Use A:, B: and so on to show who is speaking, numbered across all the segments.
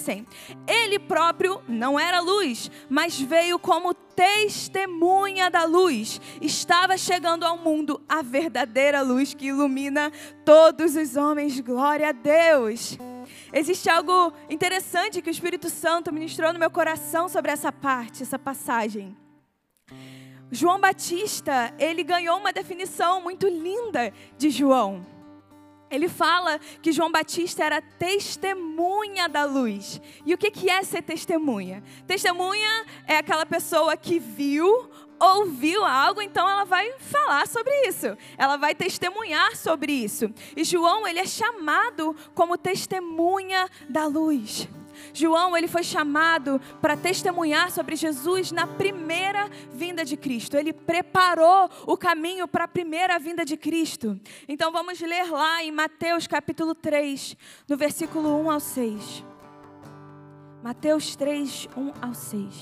A: crescem. Ele próprio não era luz, mas veio como testemunha da luz. Estava chegando ao mundo a verdadeira luz que ilumina todos os homens. Glória a Deus. Existe algo interessante que o Espírito Santo ministrou no meu coração sobre essa parte, essa passagem. João Batista, ele ganhou uma definição muito linda de João. Ele fala que João Batista era testemunha da luz. E o que é ser testemunha? Testemunha é aquela pessoa que viu, ouviu algo, então ela vai falar sobre isso. Ela vai testemunhar sobre isso. E João, ele é chamado como testemunha da luz. João, ele foi chamado para testemunhar sobre Jesus na primeira vinda de Cristo. Ele preparou o caminho para a primeira vinda de Cristo. Então vamos ler lá em Mateus capítulo 3, no versículo 1 ao 6. Mateus 3, 1 ao 6.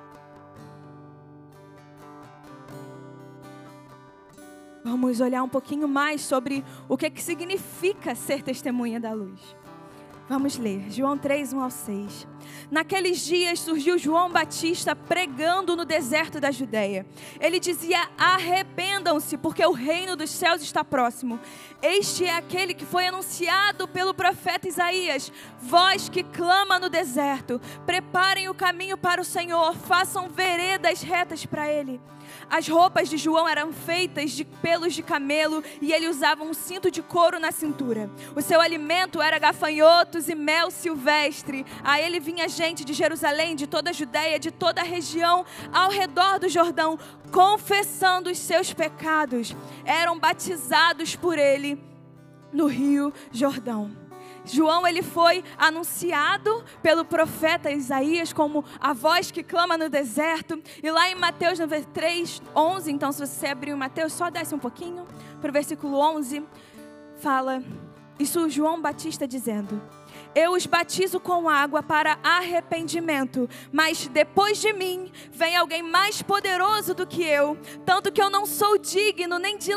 A: Vamos olhar um pouquinho mais sobre o que significa ser testemunha da luz. Vamos ler, João 3, 1 ao 6. Naqueles dias surgiu João Batista pregando no deserto da Judeia. Ele dizia: arrependam-se, porque o reino dos céus está próximo. Este é aquele que foi anunciado pelo profeta Isaías. Voz que clama no deserto: preparem o caminho para o Senhor, façam veredas retas para Ele. As roupas de João eram feitas de pelos de camelo e ele usava um cinto de couro na cintura. O seu alimento era gafanhotos e mel silvestre. A ele vinha gente de Jerusalém, de toda a Judeia, de toda a região ao redor do Jordão, confessando os seus pecados. Eram batizados por ele no Rio Jordão. João, ele foi anunciado pelo profeta Isaías como a voz que clama no deserto. E lá em Mateus 3, 11, então se você abrir o Mateus, só desce um pouquinho para o versículo 11, fala isso João Batista dizendo: eu os batizo com água para arrependimento, mas depois de mim vem alguém mais poderoso do que eu, tanto que eu não sou digno nem de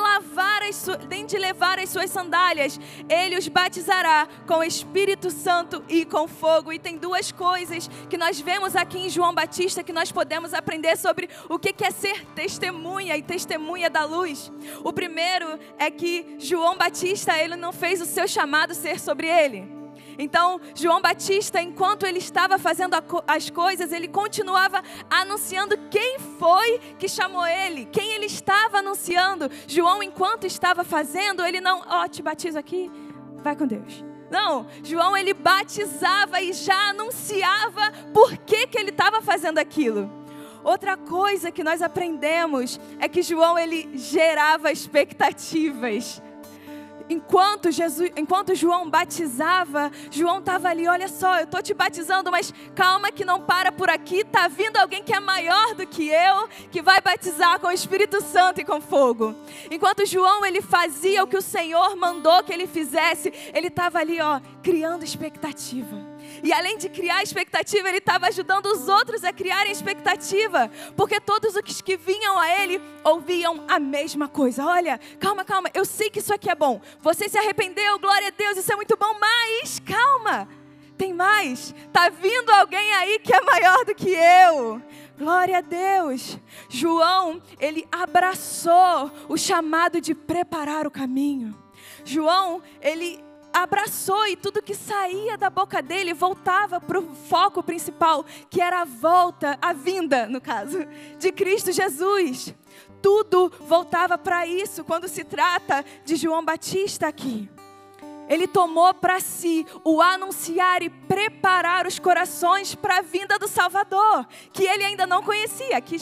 A: levar as suas sandálias. Ele os batizará com o Espírito Santo e com fogo. E tem duas coisas que nós vemos aqui em João Batista que nós podemos aprender sobre o que é ser testemunha e testemunha da luz. O primeiro é que João Batista, ele não fez o seu chamado ser sobre ele. Então, João Batista, enquanto ele estava fazendo as coisas, ele continuava anunciando quem foi que chamou ele, quem ele estava anunciando. João, enquanto estava fazendo, ele não, te batizo aqui, vai com Deus. Não, João, ele batizava e já anunciava por que ele estava fazendo aquilo. Outra coisa que nós aprendemos é que João, ele gerava expectativas. Enquanto João batizava, João estava ali: olha só, eu estou te batizando, mas calma que não para por aqui, está vindo alguém que é maior do que eu, que vai batizar com o Espírito Santo e com fogo. Enquanto João, ele fazia o que o Senhor mandou que ele fizesse, ele estava ali, criando expectativa. E além de criar expectativa, ele estava ajudando os outros a criarem expectativa. Porque todos os que vinham a ele ouviam a mesma coisa. Olha, calma, eu sei que isso aqui é bom. Você se arrependeu, glória a Deus, isso é muito bom. Mas calma, tem mais. Está vindo alguém aí que é maior do que eu. Glória a Deus. João, ele abraçou o chamado de preparar o caminho. João, ele abraçou, e tudo que saía da boca dele voltava para o foco principal, que era a vinda, no caso, de Cristo Jesus. Tudo voltava para isso quando se trata de João Batista aqui. Ele tomou para si o anunciar e preparar os corações para a vinda do Salvador, que ele ainda não conhecia, que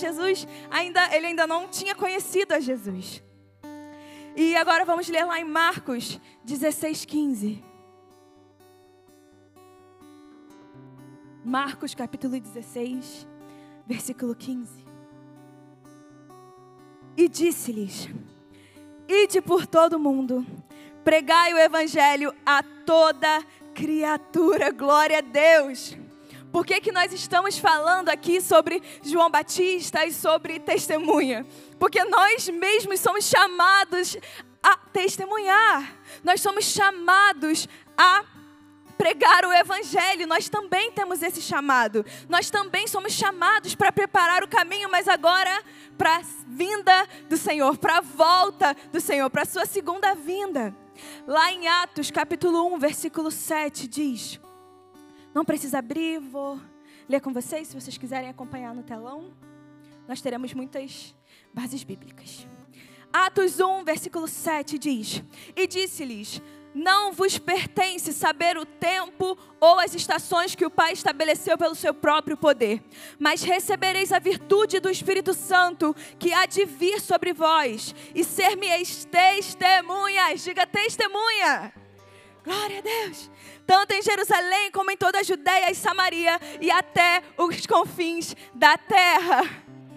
A: ele ainda não tinha conhecido a Jesus. E agora vamos ler lá em Marcos 16:15. Marcos capítulo 16, versículo 15. E disse-lhes: ide por todo o mundo, pregai o evangelho a toda criatura. Glória a Deus. Por que nós estamos falando aqui sobre João Batista e sobre testemunha? Porque nós mesmos somos chamados a testemunhar. Nós somos chamados a pregar o evangelho. Nós também temos esse chamado. Nós também somos chamados para preparar o caminho, mas agora para a vinda do Senhor, para a volta do Senhor, para a sua segunda vinda. Lá em Atos, capítulo 1, versículo 7, diz... Não precisa abrir, vou ler com vocês, se vocês quiserem acompanhar no telão. Nós teremos muitas bases bíblicas. Atos 1, versículo 7 diz: E disse-lhes, não vos pertence saber o tempo ou as estações que o Pai estabeleceu pelo seu próprio poder, mas recebereis a virtude do Espírito Santo que há de vir sobre vós, e ser-me-eis testemunhas. Diga testemunha. Glória a Deus. Tanto em Jerusalém como em toda a Judeia e Samaria e até os confins da terra.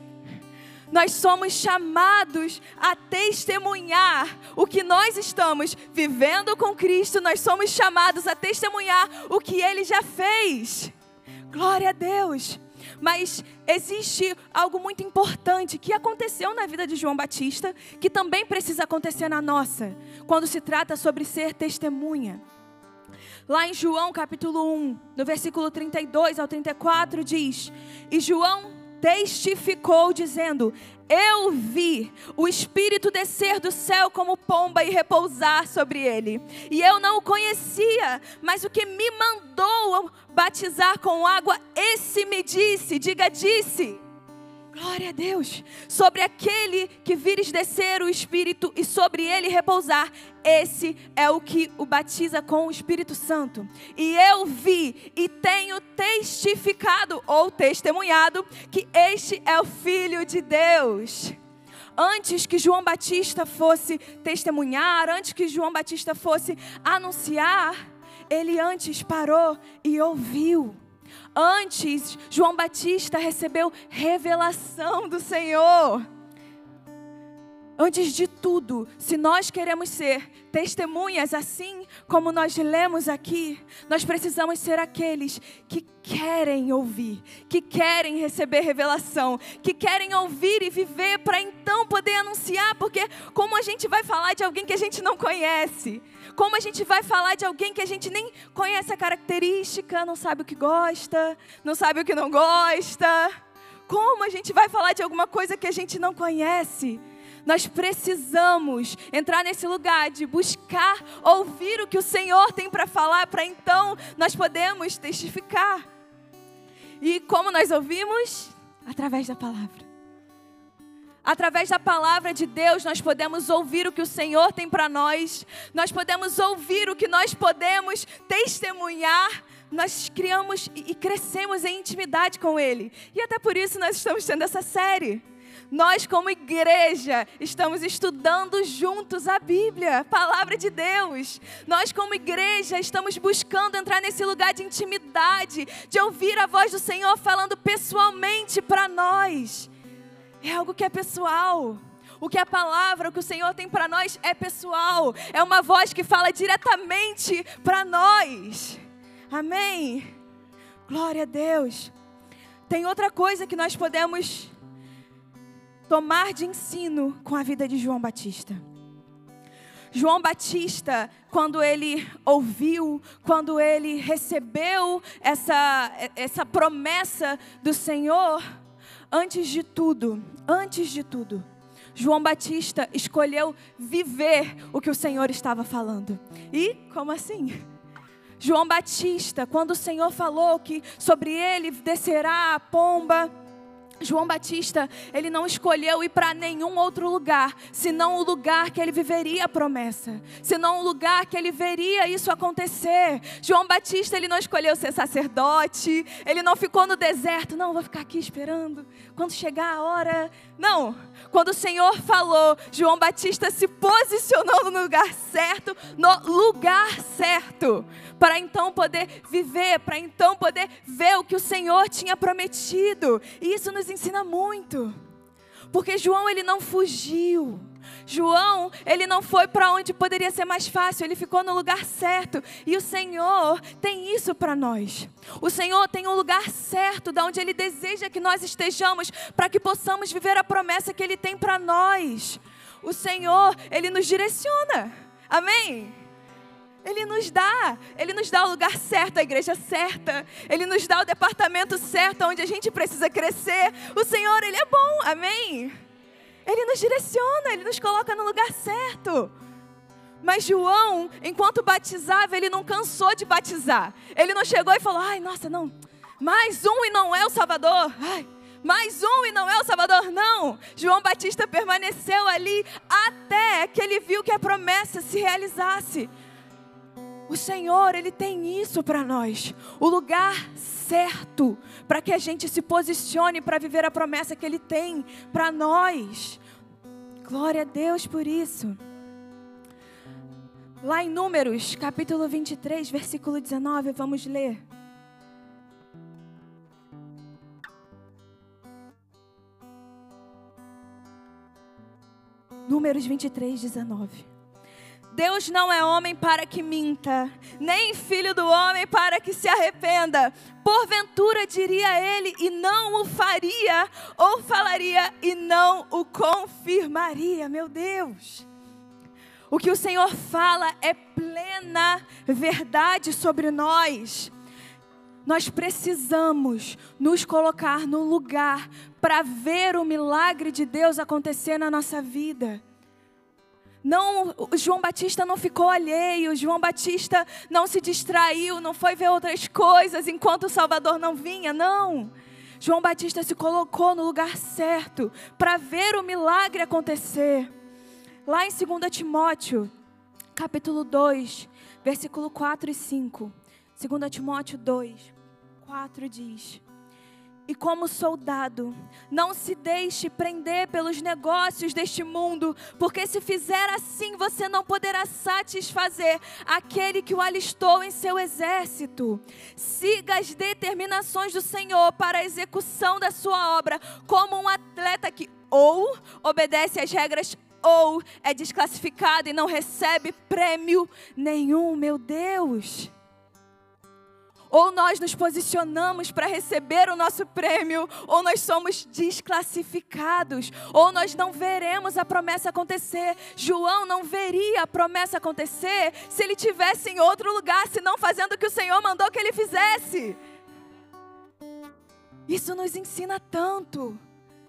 A: Nós somos chamados a testemunhar o que nós estamos vivendo com Cristo. Nós somos chamados a testemunhar o que Ele já fez. Glória a Deus. Mas existe algo muito importante que aconteceu na vida de João Batista, que também precisa acontecer na nossa, quando se trata sobre ser testemunha. Lá em João capítulo 1, no versículo 32 ao 34 diz: E João testificou dizendo: Eu vi o Espírito descer do céu como pomba e repousar sobre ele. E eu não o conhecia, mas o que me mandou batizar com água, esse me disse, diga disse. Glória a Deus. Sobre aquele que vires descer o Espírito e sobre ele repousar, esse é o que o batiza com o Espírito Santo. E eu vi e tenho testificado ou testemunhado que este é o Filho de Deus. Antes que João Batista fosse testemunhar, antes que João Batista fosse anunciar, ele antes parou e ouviu. Antes, João Batista recebeu revelação do Senhor. Antes de tudo, se nós queremos ser testemunhas assim como nós lemos aqui, nós precisamos ser aqueles que querem ouvir, que querem receber revelação, que querem ouvir e viver para então poder anunciar, porque como a gente vai falar de alguém que a gente não conhece? Como a gente vai falar de alguém que a gente nem conhece a característica, não sabe o que gosta, não sabe o que não gosta? Como a gente vai falar de alguma coisa que a gente não conhece? Nós precisamos entrar nesse lugar de buscar ouvir o que o Senhor tem para falar, para então nós podemos testificar. E como nós ouvimos? Através da palavra. Através da palavra de Deus, nós podemos ouvir o que o Senhor tem para nós. Nós podemos ouvir o que nós podemos testemunhar. Nós criamos e crescemos em intimidade com Ele. E até por isso nós estamos tendo essa série. Nós, como igreja, estamos estudando juntos a Bíblia, a palavra de Deus. Nós, como igreja, estamos buscando entrar nesse lugar de intimidade, de ouvir a voz do Senhor falando pessoalmente para nós. É algo que é pessoal. O que a palavra, o que o Senhor tem para nós é pessoal. É uma voz que fala diretamente para nós. Amém? Glória a Deus. Tem outra coisa que nós podemos tomar de ensino com a vida de João Batista. João Batista, quando ele ouviu, quando ele recebeu essa promessa do Senhor, antes de tudo, João Batista escolheu viver o que o Senhor estava falando. E como assim? João Batista, quando o Senhor falou que sobre ele descerá a pomba, João Batista, ele não escolheu ir para nenhum outro lugar, senão o lugar que ele viveria a promessa, senão o lugar que ele veria isso acontecer. João Batista, ele não escolheu ser sacerdote, ele não ficou no deserto, não, vou ficar aqui esperando, quando chegar a hora. Não, quando o Senhor falou, João Batista se posicionou no lugar certo, para então poder viver, para então poder ver o que o Senhor tinha prometido. E isso nos ensina muito, porque João, ele não fugiu. João, ele não foi para onde poderia ser mais fácil, ele ficou no lugar certo. E o Senhor tem isso para nós. O Senhor tem um lugar certo, de onde Ele deseja que nós estejamos, para que possamos viver a promessa que Ele tem para nós. O Senhor, Ele nos direciona. Amém? Ele nos dá o lugar certo, a igreja certa. Ele nos dá o departamento certo, onde a gente precisa crescer. O Senhor, Ele é bom, amém? Ele nos direciona, Ele nos coloca no lugar certo. Mas João, enquanto batizava, ele não cansou de batizar. Ele não chegou e falou, ai, nossa, não, mais um e não é o Salvador. Ai, mais um e não é o Salvador. Não, João Batista permaneceu ali até que ele viu que a promessa se realizasse. O Senhor, Ele tem isso para nós. O lugar certo para que a gente se posicione para viver a promessa que Ele tem para nós. Glória a Deus por isso. Lá em Números, capítulo 23, versículo 19, vamos ler. Números 23, 19. Deus não é homem para que minta, nem filho do homem para que se arrependa. Porventura diria ele e não o faria, ou falaria e não o confirmaria. Meu Deus! O que o Senhor fala é plena verdade sobre nós. Nós precisamos nos colocar no lugar para ver o milagre de Deus acontecer na nossa vida. Não, João Batista não ficou alheio, João Batista não se distraiu, não foi ver outras coisas enquanto o Salvador não vinha, não. João Batista se colocou no lugar certo para ver o milagre acontecer. Lá em 2 Timóteo, capítulo 2, versículo 4 e 5. 2 Timóteo 2, 4 diz: E como soldado, não se deixe prender pelos negócios deste mundo, porque se fizer assim, você não poderá satisfazer aquele que o alistou em seu exército. Siga as determinações do Senhor para a execução da sua obra, como um atleta que ou obedece às regras ou é desclassificado e não recebe prêmio nenhum. Meu Deus! Ou nós nos posicionamos para receber o nosso prêmio, ou nós somos desclassificados, ou nós não veremos a promessa acontecer. João não veria a promessa acontecer se ele estivesse em outro lugar, se não fazendo o que o Senhor mandou que ele fizesse. Isso nos ensina tanto.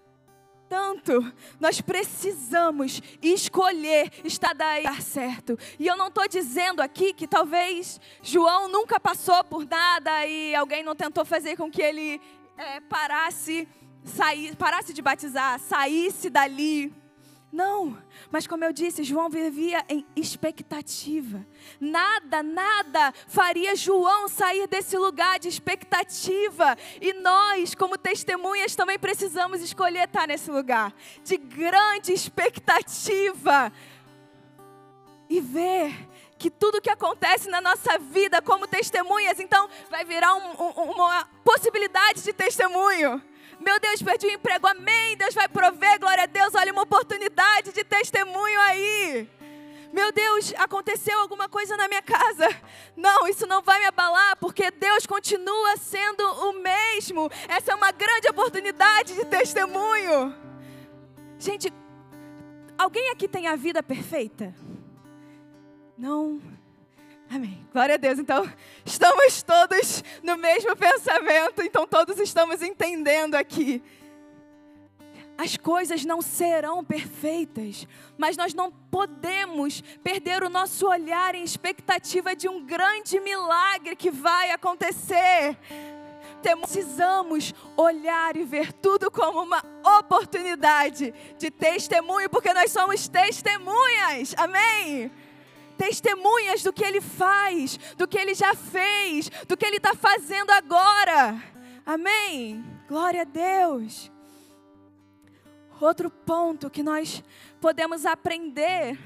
A: Nós precisamos escolher estar daí certo. E eu não estou dizendo aqui que talvez João nunca passou por nada e alguém não tentou fazer com que ele parasse de batizar, saísse dali. Não, mas como eu disse, João vivia em expectativa. Nada faria João sair desse lugar de expectativa. E nós, como testemunhas, também precisamos escolher estar nesse lugar de grande expectativa. E ver que tudo que acontece na nossa vida como testemunhas, então vai virar uma possibilidade de testemunho. Meu Deus, perdi o emprego, amém, Deus vai prover, glória a Deus, olha uma oportunidade de testemunho aí. Meu Deus, aconteceu alguma coisa na minha casa. Não, isso não vai me abalar, porque Deus continua sendo o mesmo. Essa é uma grande oportunidade de testemunho. Gente, alguém aqui tem a vida perfeita? Não? Amém. Glória a Deus. Então, estamos todos no mesmo pensamento. Então, todos estamos entendendo aqui. As coisas não serão perfeitas, mas nós não podemos perder o nosso olhar em expectativa de um grande milagre que vai acontecer. Precisamos olhar e ver tudo como uma oportunidade de testemunho, porque nós somos testemunhas. Amém? Testemunhas do que Ele faz, do que Ele já fez, do que Ele está fazendo agora. Amém? Glória a Deus. Outro ponto que nós podemos aprender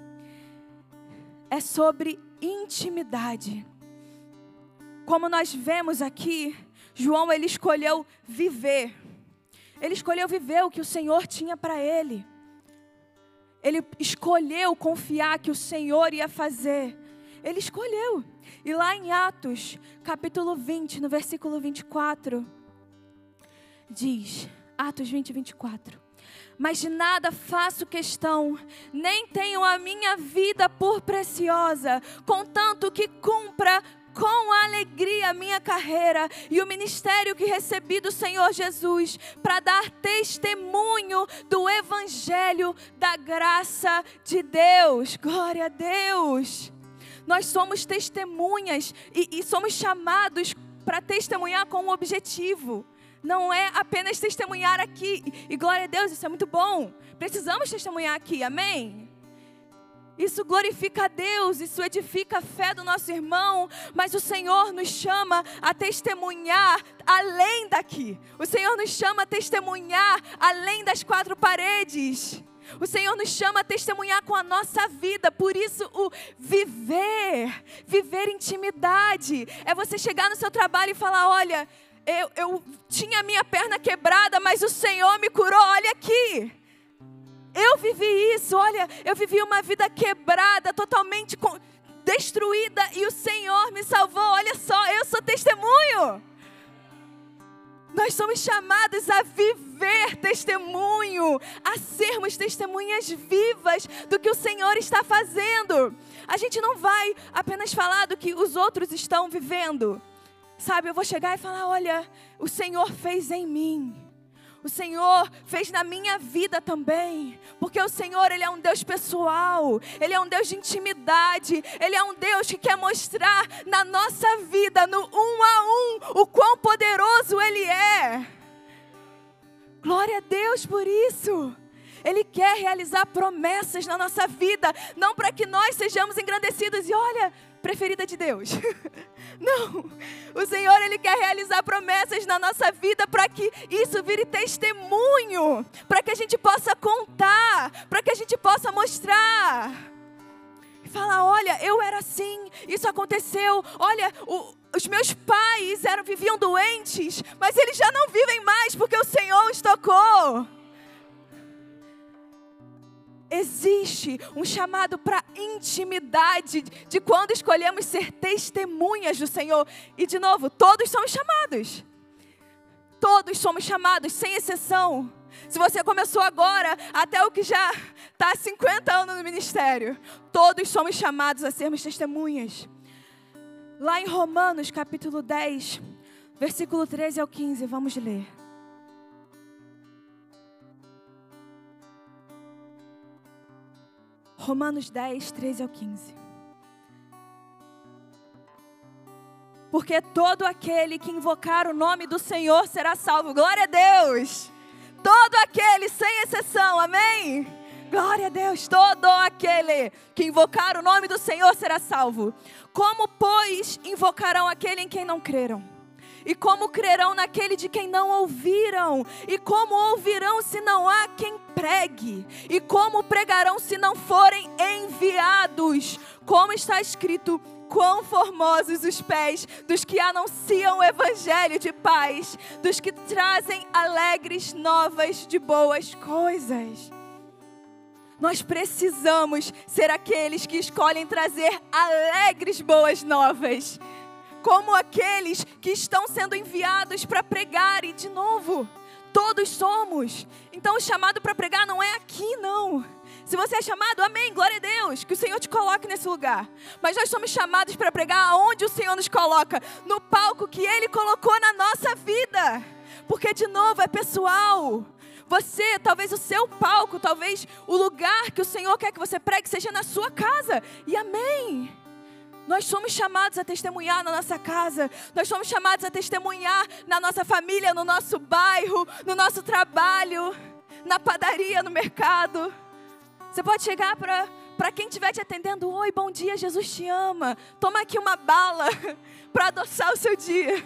A: é sobre intimidade. Como nós vemos aqui, João, ele escolheu viver. Ele escolheu viver o que o Senhor tinha para ele. Ele escolheu confiar que o Senhor ia fazer. Ele escolheu. E lá em Atos, capítulo 20, no versículo 24, diz, Atos 20, 24. Mas de nada faço questão, nem tenho a minha vida por preciosa, contanto que cumpra com alegria a minha carreira e o ministério que recebi do Senhor Jesus, para dar testemunho do Evangelho da graça de Deus. Glória a Deus! Nós somos testemunhas e somos chamados para testemunhar com um objetivo. Não é apenas testemunhar aqui. E glória a Deus, isso é muito bom. Precisamos testemunhar aqui, amém? Isso glorifica a Deus, isso edifica a fé do nosso irmão. Mas o Senhor nos chama a testemunhar além daqui. O Senhor nos chama a testemunhar além das quatro paredes. O Senhor nos chama a testemunhar com a nossa vida. Por isso o viver intimidade. É você chegar no seu trabalho e falar, olha, eu tinha a minha perna quebrada, mas o Senhor me curou, olha aqui. Eu vivi isso, olha, eu vivi uma vida quebrada, totalmente destruída, e o Senhor me salvou, olha só, eu sou testemunho. Nós somos chamados a viver testemunho, a sermos testemunhas vivas do que o Senhor está fazendo. A gente não vai apenas falar do que os outros estão vivendo. Sabe, eu vou chegar e falar, olha, o Senhor fez em mim. O Senhor fez na minha vida também. Porque o Senhor, Ele é um Deus pessoal. Ele é um Deus de intimidade. Ele é um Deus que quer mostrar na nossa vida, no um a um, o quão poderoso Ele é. Glória a Deus por isso. Ele quer realizar promessas na nossa vida. Não para que nós sejamos engrandecidos e olha, preferida de Deus. Não, o Senhor, Ele quer realizar promessas na nossa vida para que isso vire testemunho, para que a gente possa contar, para que a gente possa mostrar. E falar, olha, eu era assim, isso aconteceu, olha, os meus pais viviam doentes, mas eles já não vivem mais porque o Senhor os tocou. Existe um chamado para intimidade de quando escolhemos ser testemunhas do Senhor. E de novo, todos somos chamados. Todos somos chamados, sem exceção. Se você começou agora, até o que já está há 50 anos no ministério, todos somos chamados a sermos testemunhas. Lá em Romanos, capítulo 10, versículo 13 ao 15, vamos ler. Romanos 10, 13 ao 15. Porque todo aquele que invocar o nome do Senhor será salvo. Glória a Deus. Todo aquele, sem exceção, amém? Glória a Deus. Todo aquele que invocar o nome do Senhor será salvo. Como, pois, invocarão aquele em quem não creram? E como crerão naquele de quem não ouviram? E como ouvirão se não há quem pregue? E como pregarão se não forem enviados? Como está escrito, quão formosos os pés dos que anunciam o evangelho de paz, dos que trazem alegres novas de boas coisas. Nós precisamos ser aqueles que escolhem trazer alegres boas novas, como aqueles que estão sendo enviados para pregar. E de novo, todos somos. Então o chamado para pregar não é aqui, não. Se você é chamado, amém, glória a Deus, que o Senhor te coloque nesse lugar. Mas nós somos chamados para pregar aonde o Senhor nos coloca, no palco que Ele colocou na nossa vida. Porque de novo é pessoal. Você, talvez o seu palco, talvez o lugar que o Senhor quer que você pregue seja na sua casa. E amém. Nós somos chamados a testemunhar na nossa casa. Nós somos chamados a testemunhar na nossa família, no nosso bairro, no nosso trabalho, na padaria, no mercado. Você pode chegar para quem estiver te atendendo. Oi, bom dia, Jesus te ama. Toma aqui uma bala para adoçar o seu dia.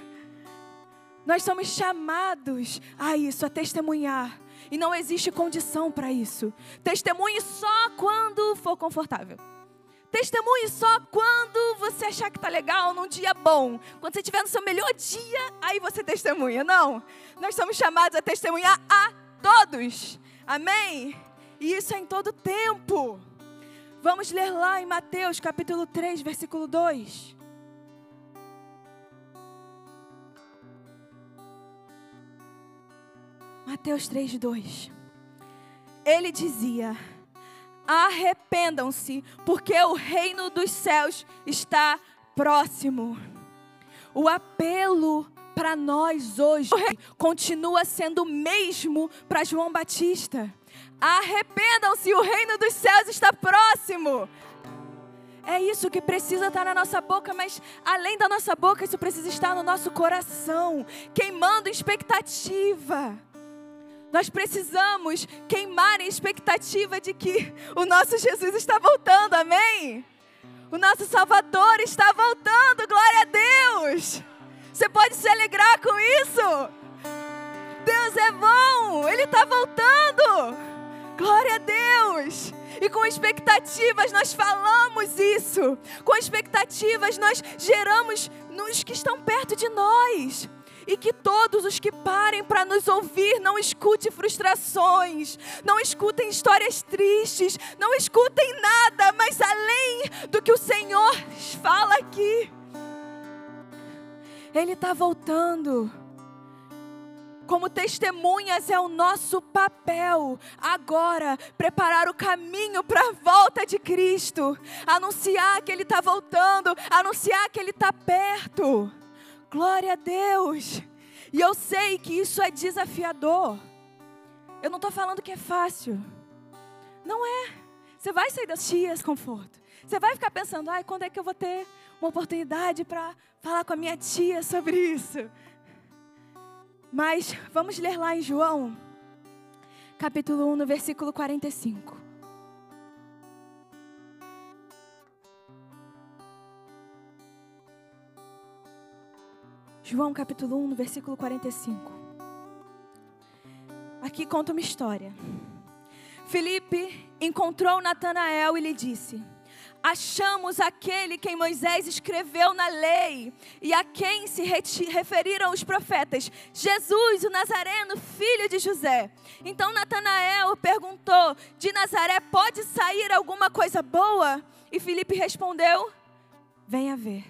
A: Nós somos chamados a isso, a testemunhar. E não existe condição para isso. Testemunhe só quando for confortável. Testemunhe só quando você achar que está legal, num dia bom. Quando você estiver no seu melhor dia, aí você testemunha. Não, nós somos chamados a testemunhar a todos. Amém? E isso é em todo tempo. Vamos ler lá em Mateus capítulo 3, versículo 2. Mateus 3, 2. ele dizia: arrependam-se, porque o reino dos céus está próximo. O apelo para nós hoje continua sendo o mesmo para João Batista. Arrependam-se, o reino dos céus está próximo. É isso que precisa estar na nossa boca, mas além da nossa boca, isso precisa estar no nosso coração, queimando expectativa. Nós precisamos queimar a expectativa de que o nosso Jesus está voltando, amém? O nosso Salvador está voltando, glória a Deus! Você pode se alegrar com isso? Deus é bom, Ele está voltando! Glória a Deus! E com expectativas nós falamos isso. Com expectativas nós geramos nos que estão perto de nós. E que todos os que parem para nos ouvir não escutem frustrações, não escutem histórias tristes, não escutem nada, mas além do que o Senhor fala aqui. Ele está voltando. Como testemunhas é o nosso papel agora, preparar o caminho para a volta de Cristo, anunciar que Ele está voltando, anunciar que Ele está perto. Glória a Deus. E eu sei que isso é desafiador. Eu não estou falando que é fácil. Não é. Você vai sair das tias conforto. Você vai ficar pensando, quando é que eu vou ter uma oportunidade para falar com a minha tia sobre isso? Mas vamos ler lá em João, capítulo 1, no versículo 45. João, capítulo 1, no versículo 45. Aqui conta uma história. Filipe encontrou Natanael e lhe disse: achamos aquele quem Moisés escreveu na lei e a quem se referiram os profetas, Jesus, o Nazareno, filho de José. Então Natanael perguntou: de Nazaré pode sair alguma coisa boa? E Filipe respondeu: venha ver.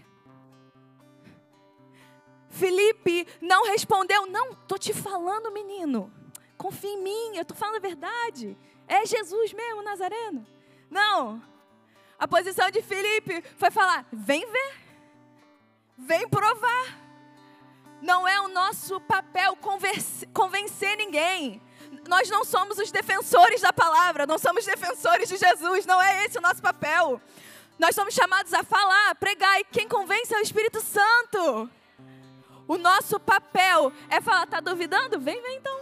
A: Filipe não respondeu: não, estou te falando, menino, confia em mim, eu estou falando a verdade, é Jesus mesmo, Nazareno. Não. A posição de Filipe foi falar: vem ver, vem provar. Não é o nosso papel convencer ninguém. Nós não somos os defensores da palavra, não somos defensores de Jesus, não é esse o nosso papel. Nós somos chamados a falar, a pregar, e quem convence é o Espírito Santo. O nosso papel é falar: está duvidando? Vem ver então.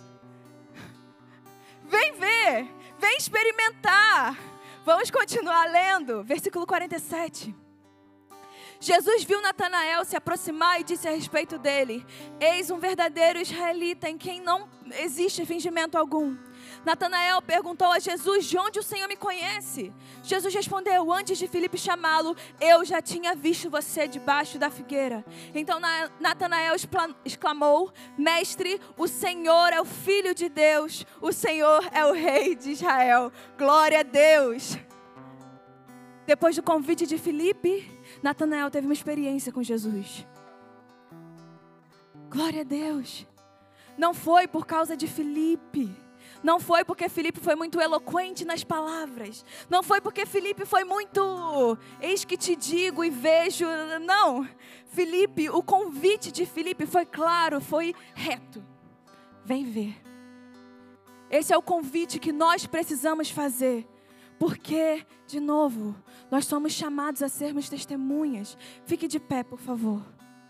A: Vem ver, vem experimentar. Vamos continuar lendo, versículo 47. Jesus viu Natanael se aproximar e disse a respeito dele: eis um verdadeiro israelita em quem não existe fingimento algum. Natanael perguntou a Jesus: de onde o Senhor me conhece? Jesus respondeu: antes de Filipe chamá-lo, eu já tinha visto você debaixo da figueira. Então Natanael exclamou: mestre, o Senhor é o Filho de Deus, o Senhor é o Rei de Israel. Glória a Deus. Depois do convite de Filipe, Natanael teve uma experiência com Jesus. Glória a Deus. Não foi por causa de Filipe. Não foi porque Filipe foi muito eloquente nas palavras. Não foi porque Filipe foi muito, eis que te digo e vejo. Não. Filipe, o convite de Filipe foi claro, foi reto. Vem ver. Esse é o convite que nós precisamos fazer. Porque, de novo, nós somos chamados a sermos testemunhas. Fique de pé, por favor.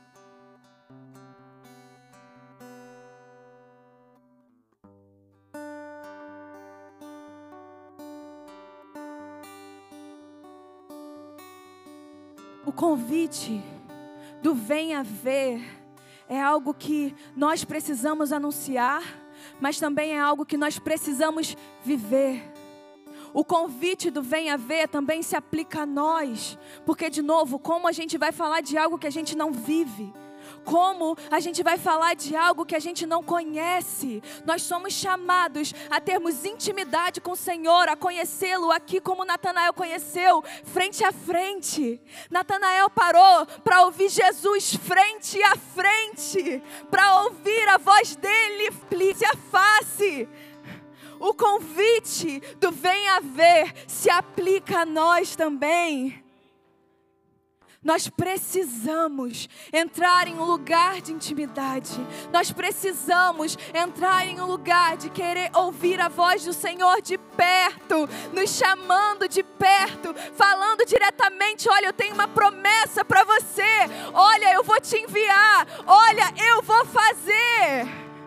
A: O convite do venha ver é algo que nós precisamos anunciar, mas também é algo que nós precisamos viver. O convite do venha ver também se aplica a nós, porque de novo, como a gente vai falar de algo que a gente não vive? Como a gente vai falar de algo que a gente não conhece? Nós somos chamados a termos intimidade com o Senhor, a conhecê-lo aqui como Natanael conheceu, frente a frente. Natanael parou para ouvir Jesus frente a frente, para ouvir a voz dele face a face. o convite do venha ver se aplica a nós também. Nós precisamos entrar em um lugar de intimidade. Nós precisamos entrar em um lugar de querer ouvir a voz do Senhor de perto, nos chamando de perto, falando diretamente: olha, eu tenho uma promessa para você. Olha, eu vou te enviar. Olha, eu vou fazer.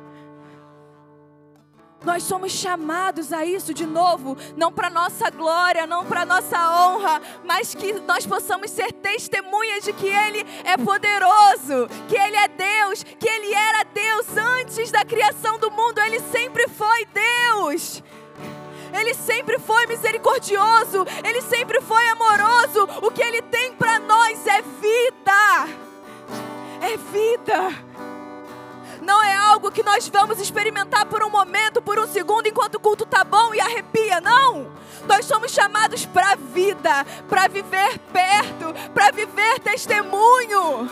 A: Nós somos chamados a isso de novo, não para nossa glória, não para nossa honra, mas que nós possamos ser testemunhas de que Ele é poderoso, que Ele é Deus, que Ele era Deus antes da criação do mundo. Ele sempre foi Deus. Ele sempre foi misericordioso, Ele sempre foi amoroso. O que Ele tem para nós é vida. É vida. Não é algo que nós vamos experimentar por um momento, por um segundo, enquanto o culto está bom e arrepia. Não! Nós somos chamados para a vida, para viver perto, para viver testemunho.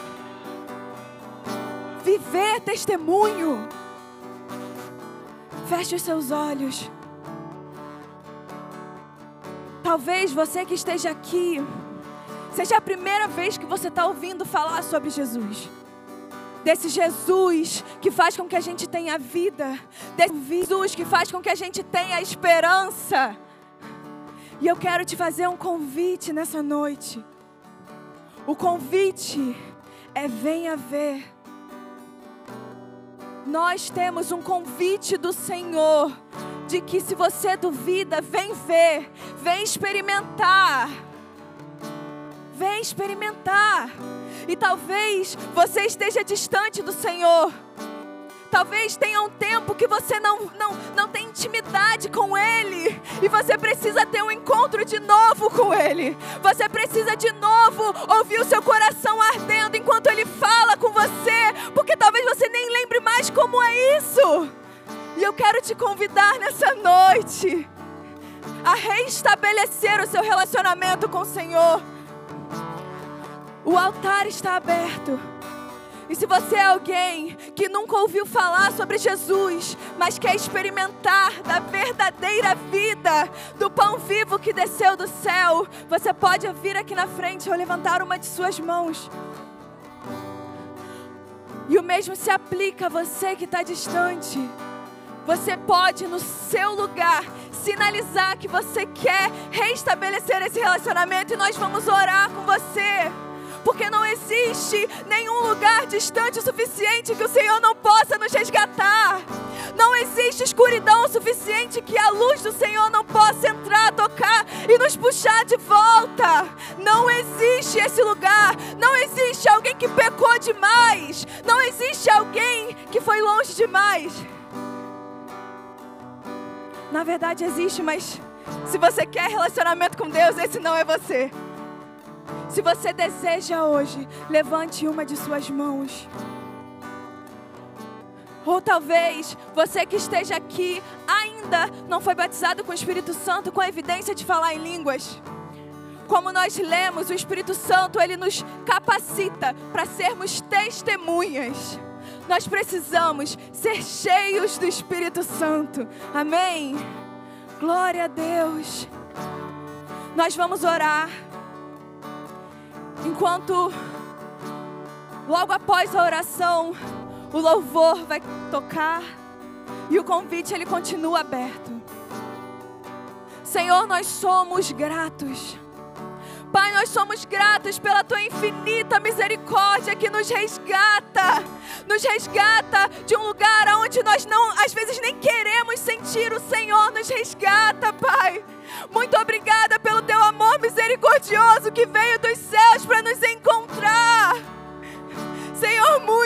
A: Viver testemunho. Feche os seus olhos. Talvez você que esteja aqui, seja a primeira vez que você está ouvindo falar sobre Jesus. Desse Jesus que faz com que a gente tenha vida. Desse Jesus que faz com que a gente tenha esperança. E eu quero te fazer um convite nessa noite. O convite é: venha ver. Nós temos um convite do Senhor, de que se você duvida, vem ver, vem experimentar. Vem experimentar. E talvez você esteja distante do Senhor. Talvez tenha um tempo que você não tem intimidade com Ele. E você precisa ter um encontro de novo com Ele. Você precisa de novo ouvir o seu coração ardendo enquanto Ele fala com você. Porque talvez você nem lembre mais como é isso. E eu quero te convidar nessa noite a reestabelecer o seu relacionamento com o Senhor. O altar está aberto. E se você é alguém que nunca ouviu falar sobre Jesus, mas quer experimentar da verdadeira vida, do pão vivo que desceu do céu, você pode vir aqui na frente ou levantar uma de suas mãos. E o mesmo se aplica a você que está distante. Você pode, no seu lugar, sinalizar que você quer reestabelecer esse relacionamento, e nós vamos orar com você. Porque não existe nenhum lugar distante o suficiente que o Senhor não possa nos resgatar. Não existe escuridão o suficiente que a luz do Senhor não possa entrar, tocar e nos puxar de volta. Não existe esse lugar. Não existe alguém que pecou demais. Não existe alguém que foi longe demais. Na verdade existe, mas se você quer relacionamento com Deus, esse não é você. Se você deseja hoje, levante uma de suas mãos. Ou talvez você que esteja aqui ainda não foi batizado com o Espírito Santo, com a evidência de falar em línguas. Como nós lemos, o Espírito Santo, ele nos capacita para sermos testemunhas. Nós precisamos ser cheios do Espírito Santo. Amém? Glória a Deus. Nós vamos orar. Enquanto, logo após a oração, o louvor vai tocar e o convite ele continua aberto. Senhor, nós somos gratos. Pai, nós somos gratos pela Tua infinita misericórdia que nos resgata de um lugar onde nós às vezes nem queremos sentir. O Senhor nos resgata, Pai. Muito obrigada pelo Teu amor misericordioso que veio do